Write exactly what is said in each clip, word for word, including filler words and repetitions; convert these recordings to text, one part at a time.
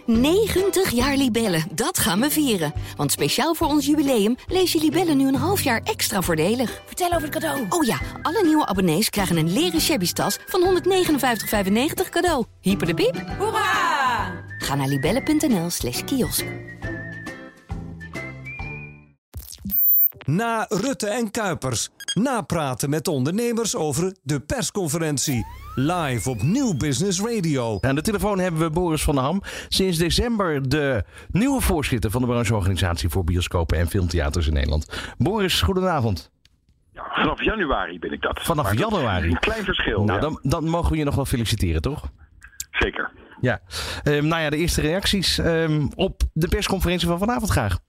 negentig jaar Libellen, dat gaan we vieren. Want speciaal voor ons jubileum lees je Libellen nu een half jaar extra voordelig. Vertel over het cadeau. Oh ja, alle nieuwe abonnees krijgen een leren shabby tas van honderdnegenenvijftig vijfennegentig cadeau. Hyper de piep. Hoera! Ga naar libellen.nl slash kiosk. Na Rutte en Kuipers. Napraten met ondernemers over de persconferentie. Live op Nieuw Business Radio. Aan de telefoon hebben we Boris van der Ham. Sinds december de nieuwe voorzitter van de brancheorganisatie voor bioscopen en filmtheaters in Nederland. Boris, goedenavond. Ja, vanaf januari ben ik dat. Vanaf maar januari? Dat een klein verschil. Nou, ja. dan, dan mogen we je nog wel feliciteren, toch? Zeker. Ja. Um, nou ja, de eerste reacties um, op de persconferentie van vanavond graag.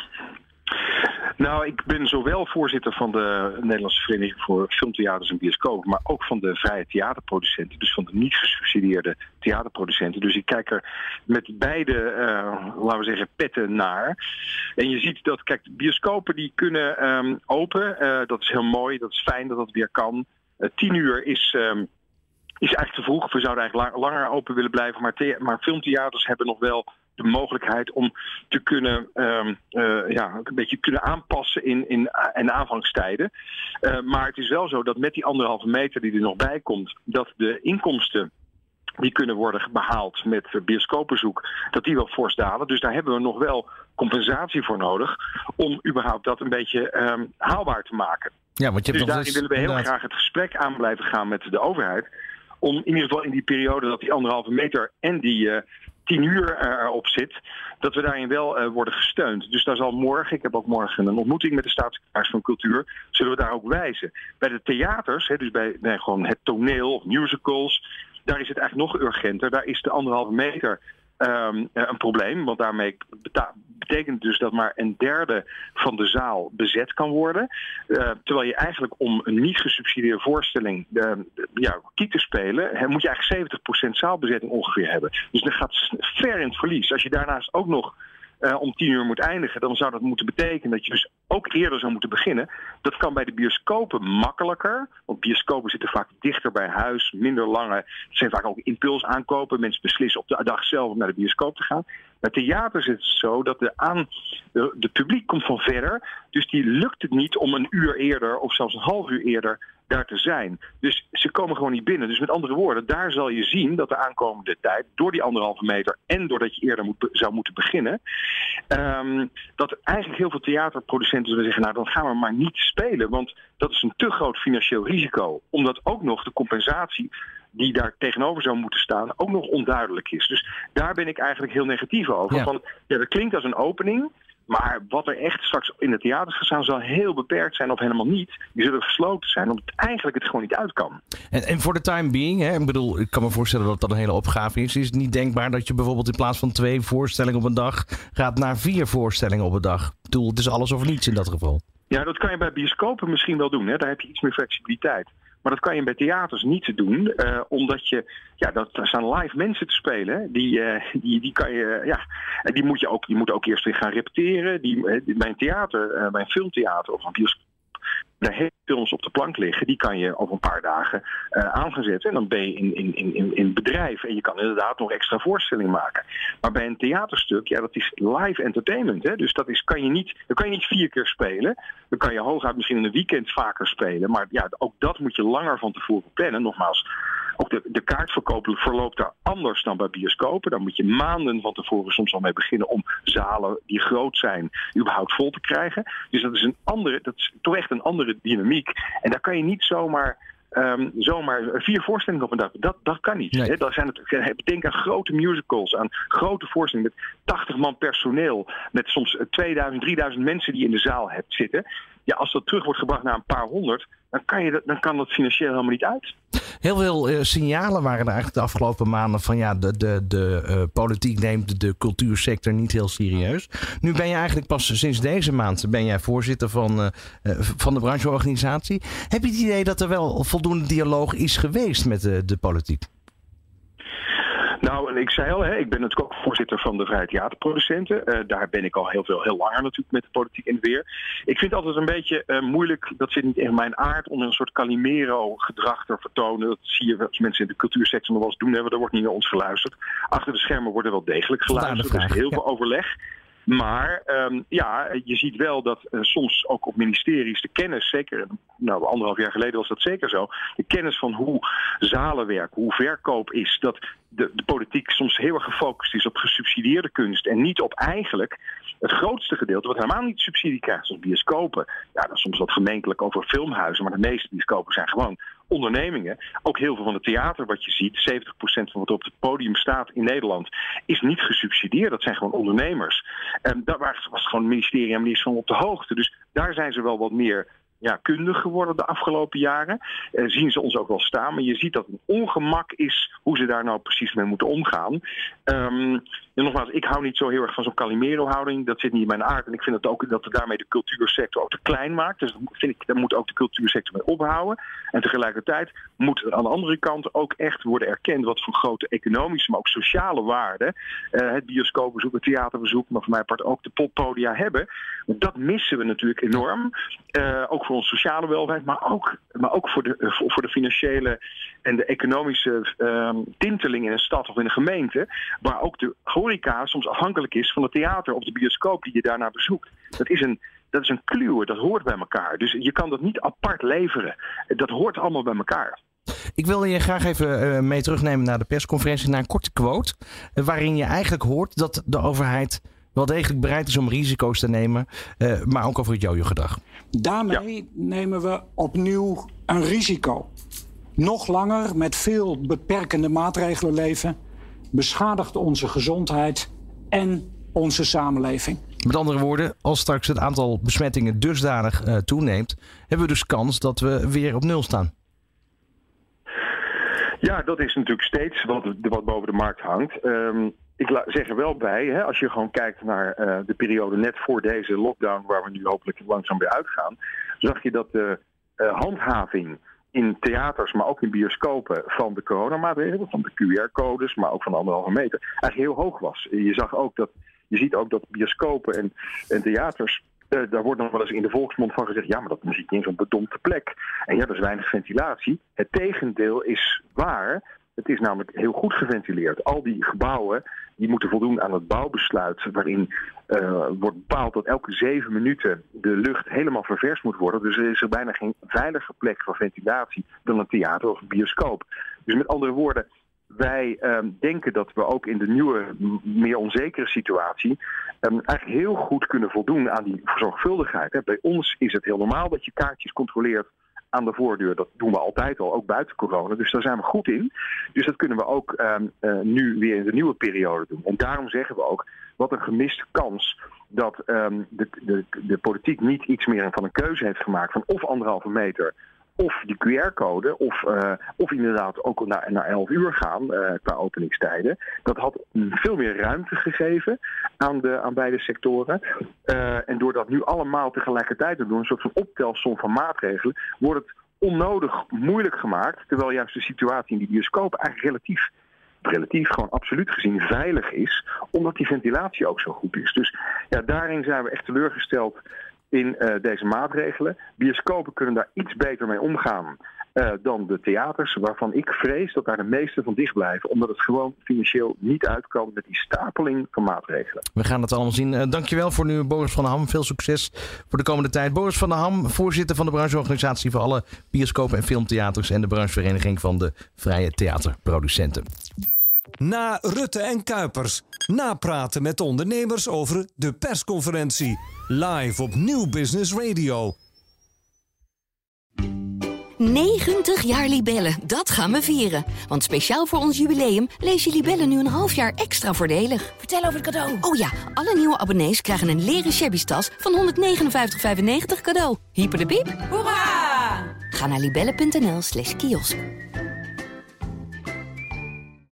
Nou, ik ben zowel voorzitter van de Nederlandse Vereniging voor Filmtheaters en Bioscopen, maar ook van de vrije theaterproducenten, dus van de niet gesubsidieerde theaterproducenten. Dus ik kijk er met beide, uh, laten we zeggen, petten naar. En je ziet dat, kijk, de bioscopen die kunnen um, open. Uh, dat is heel mooi, dat is fijn dat dat weer kan. Uh, tien uur is... Um, is eigenlijk te vroeg. We zouden eigenlijk langer open willen blijven, maar, the- maar filmtheaters hebben nog wel de mogelijkheid om te kunnen, um, uh, ja, een beetje kunnen aanpassen in, in, in aanvangstijden. Uh, maar het is wel zo dat met die anderhalve meter die er nog bij komt, dat de inkomsten die kunnen worden behaald met bioscoopbezoek, dat die wel fors dalen. Dus daar hebben we nog wel compensatie voor nodig om überhaupt dat een beetje um, haalbaar te maken. Ja, want je hebt dus nog daarin dus, willen we heel inderdaad. graag het gesprek aan blijven gaan met de overheid. Om in ieder geval in die periode dat die anderhalve meter en die uh, tien uur erop zit, dat we daarin wel uh, worden gesteund. Dus daar zal morgen, ik heb ook morgen een ontmoeting met de staatssecretaris van Cultuur, zullen we daar ook wijzen. Bij de theaters, hè, dus bij, bij gewoon het toneel of musicals, daar is het eigenlijk nog urgenter. Daar is de anderhalve meter um, een probleem, want daarmee beta- betekent dus dat maar een derde van de zaal bezet kan worden. Uh, terwijl je eigenlijk om een niet gesubsidieerde voorstelling uh, ja, kiek te spelen, he, moet je eigenlijk zeventig procent zaalbezetting ongeveer hebben. Dus dat gaat ver in het verlies. Als je daarnaast ook nog uh, om tien uur moet eindigen, dan zou dat moeten betekenen dat je dus ook eerder zou moeten beginnen. Dat kan bij de bioscopen makkelijker, want bioscopen zitten vaak dichter bij huis, minder lange. Het zijn vaak ook impuls aankopen. Mensen beslissen op de dag zelf om naar de bioscoop te gaan. Bij theaters is het zo dat de, aan, de, de publiek komt van verder. Dus die lukt het niet om een uur eerder of zelfs een half uur eerder daar te zijn. Dus ze komen gewoon niet binnen. Dus met andere woorden, daar zal je zien dat de aankomende tijd, door die anderhalve meter en doordat je eerder moet, zou moeten beginnen, um, dat eigenlijk heel veel theaterproducenten zullen zeggen, nou dan gaan we maar niet spelen. Want dat is een te groot financieel risico. Omdat ook nog de compensatie die daar tegenover zou moeten staan, ook nog onduidelijk is. Dus daar ben ik eigenlijk heel negatief over. Ja. Van, ja, dat klinkt als een opening, maar wat er echt straks in de theaters gaat staan, zal heel beperkt zijn of helemaal niet. Die zullen gesloten zijn, omdat het eigenlijk het gewoon niet uit kan. En, en voor de time being, hè, ik bedoel, ik kan me voorstellen dat dat een hele opgave is. Is het niet denkbaar dat je bijvoorbeeld in plaats van twee voorstellingen op een dag gaat naar vier voorstellingen op een dag? Ik bedoel, het is alles of niets in dat geval. Ja, dat kan je bij bioscopen misschien wel doen. Hè? Daar heb je iets meer flexibiliteit. Maar dat kan je bij theaters niet doen, uh, omdat je, ja, dat, daar staan live mensen te spelen. Die, uh, die, die kan je, ja, die moet je ook, die moet ook eerst weer gaan repeteren. Die, uh, bij een theater, uh, bij een filmtheater of een bioscoop, daar hele films op de plank liggen, die kan je over een paar dagen uh, aan gaan zetten. En dan ben je in, in, in, in bedrijf en je kan inderdaad nog extra voorstellingen maken. Maar bij een theaterstuk, ja, dat is live entertainment. Hè? Dus dat is, kan je niet, dan kan je niet vier keer spelen. Dan kan je hooguit misschien in een weekend vaker spelen. Maar ja, ook dat moet je langer van tevoren plannen. Nogmaals, ook de, de kaartverkoop verloopt daar anders dan bij bioscopen. Daar moet je maanden van tevoren soms al mee beginnen om zalen die groot zijn überhaupt vol te krijgen. Dus dat is een andere, dat is toch echt een andere dynamiek. En daar kan je niet zomaar, um, zomaar vier voorstellingen op een dag. Dat, dat kan niet. Nee. Hè? Dat zijn het, denk aan grote musicals, aan grote voorstellingen met tachtig man personeel, met soms tweeduizend, drieduizend mensen die in de zaal hebt zitten. Ja, als dat terug wordt gebracht naar een paar honderd, dan kan, je dat, dan kan dat financieel helemaal niet uit. Heel veel uh, signalen waren er eigenlijk de afgelopen maanden van ja, de, de, de uh, politiek neemt de cultuursector niet heel serieus. Nu ben je eigenlijk pas sinds deze maand ben jij voorzitter van, uh, uh, van de brancheorganisatie. Heb je het idee dat er wel voldoende dialoog is geweest met de, de politiek? Nou, en ik zei al, hè, ik ben natuurlijk ook voorzitter van de Vrije Theaterproducenten. Uh, daar ben ik al heel veel, heel langer natuurlijk met de politiek in het weer. Ik vind het altijd een beetje uh, moeilijk, dat zit niet in mijn aard, om een soort Calimero-gedrag te vertonen. Dat zie je als mensen in de cultuursector nog wel eens doen hebben. Er wordt niet naar ons geluisterd. Achter de schermen wordt er wel degelijk geluisterd. Er is heel veel overleg. Maar um, ja, je ziet wel dat uh, soms ook op ministeries de kennis, zeker nou, anderhalf jaar geleden was dat zeker zo, de kennis van hoe zalen werken, hoe verkoop is, dat de, de politiek soms heel erg gefocust is op gesubsidieerde kunst en niet op eigenlijk het grootste gedeelte wat helemaal niet subsidie krijgt, zoals bioscopen. Ja, dat is soms wat gemeentelijk over filmhuizen, maar de meeste bioscopen zijn gewoon ondernemingen. Ook heel veel van het theater wat je ziet, zeventig procent van wat op het podium staat in Nederland, is niet gesubsidieerd. Dat zijn gewoon ondernemers. En daar was het gewoon het ministerie en minister van op de hoogte. Dus daar zijn ze wel wat meer ja, kundig geworden de afgelopen jaren. Eh, zien ze ons ook wel staan. Maar je ziet dat het een ongemak is hoe ze daar nou precies mee moeten omgaan. Um, en nogmaals, ik hou niet zo heel erg van zo'n Calimero-houding. Dat zit niet in mijn aard. En ik vind het ook dat we daarmee de cultuursector ook te klein maakt. Dus vind ik, daar moet ook de cultuursector mee ophouden. En tegelijkertijd moet er aan de andere kant ook echt worden erkend wat voor grote economische, maar ook sociale waarden uh, het bioscoopbezoek, het theaterbezoek, maar voor mijn part ook de poppodia hebben. Dat missen we natuurlijk enorm. Uh, ook voor onze sociale welvaart, maar ook, maar ook voor, de, voor, voor de financiële en de economische uh, tinteling in een stad of in een gemeente, waar ook de horeca soms afhankelijk is van het theater of de bioscoop die je daarna bezoekt. Dat is een, dat is een kluwe, dat hoort bij elkaar. Dus je kan dat niet apart leveren. Dat hoort allemaal bij elkaar. Ik wil je graag even uh, mee terugnemen naar de persconferentie, naar een korte quote, uh, waarin je eigenlijk hoort dat de overheid wel degelijk bereid is om risico's te nemen, uh, maar ook over het jojo-gedrag. Daarmee ja. nemen we opnieuw een risico. Nog langer met veel beperkende maatregelen leven beschadigt onze gezondheid en onze samenleving. Met andere woorden, als straks het aantal besmettingen dusdanig uh, toeneemt, hebben we dus kans dat we weer op nul staan. Ja, dat is natuurlijk steeds wat, wat boven de markt hangt. Um, ik la- zeg er wel bij, hè, als je gewoon kijkt naar uh, de periode net voor deze lockdown, waar we nu hopelijk langzaam weer uitgaan, zag je dat de uh, handhaving in theaters, maar ook in bioscopen van de coronamaatregelen, van de Q R-codes, maar ook van de anderhalve meter, eigenlijk heel hoog was. Je zag ook dat, je ziet ook dat bioscopen en, en theaters, uh, daar wordt nog wel eens in de volksmond van gezegd, ja, maar dat is niet in zo'n bedompte plek. En ja, er is weinig ventilatie. Het tegendeel is waar. Het is namelijk heel goed geventileerd. Al die gebouwen die moeten voldoen aan het bouwbesluit, waarin uh, wordt bepaald dat elke zeven minuten de lucht helemaal ververst moet worden. Dus er is er bijna geen veilige plek voor ventilatie dan een theater of een bioscoop. Dus met andere woorden, wij um, denken dat we ook in de nieuwe, meer onzekere situatie um, eigenlijk heel goed kunnen voldoen aan die zorgvuldigheid. Hè. Bij ons is het heel normaal dat je kaartjes controleert aan de voordeur. Dat doen we altijd al, ook buiten corona. Dus daar zijn we goed in. Dus dat kunnen we ook um, uh, nu weer in de nieuwe periode doen. En daarom zeggen we ook, wat een gemiste kans dat um, de, de, de politiek niet iets meer van een keuze heeft gemaakt van of anderhalve meter of die Q R-code, of, uh, of inderdaad ook naar, naar elf uur gaan uh, qua openingstijden. Dat had veel meer ruimte gegeven aan, de, aan beide sectoren. Uh, en door dat nu allemaal tegelijkertijd te doen, een soort van optelsom van maatregelen, wordt het onnodig moeilijk gemaakt, terwijl juist de situatie in die bioscoop eigenlijk relatief, relatief gewoon absoluut gezien veilig is, omdat die ventilatie ook zo goed is. Dus ja, daarin zijn we echt teleurgesteld in uh, deze maatregelen. Bioscopen kunnen daar iets beter mee omgaan uh, dan de theaters, waarvan ik vrees dat daar de meeste van dicht blijven, omdat het gewoon financieel niet uitkomt met die stapeling van maatregelen. We gaan het allemaal zien. Uh, dankjewel voor nu, Boris van der Ham. Veel succes voor de komende tijd. Boris van der Ham, voorzitter van de brancheorganisatie voor alle bioscopen en filmtheaters en de branchevereniging van de Vrije Theaterproducenten. Na Rutte en Kuipers. Napraten met ondernemers over de persconferentie. Live op Nieuw Business Radio. negentig jaar Libellen, dat gaan we vieren. Want speciaal voor ons jubileum lees je Libellen nu een half jaar extra voordelig. Vertel over het cadeau. Oh ja, alle nieuwe abonnees krijgen een leren shabby tas van honderdnegenenvijftig vijfennegentig cadeau. Hyper de piep. Hoera! Ga naar libellen punt n l slash kiosk.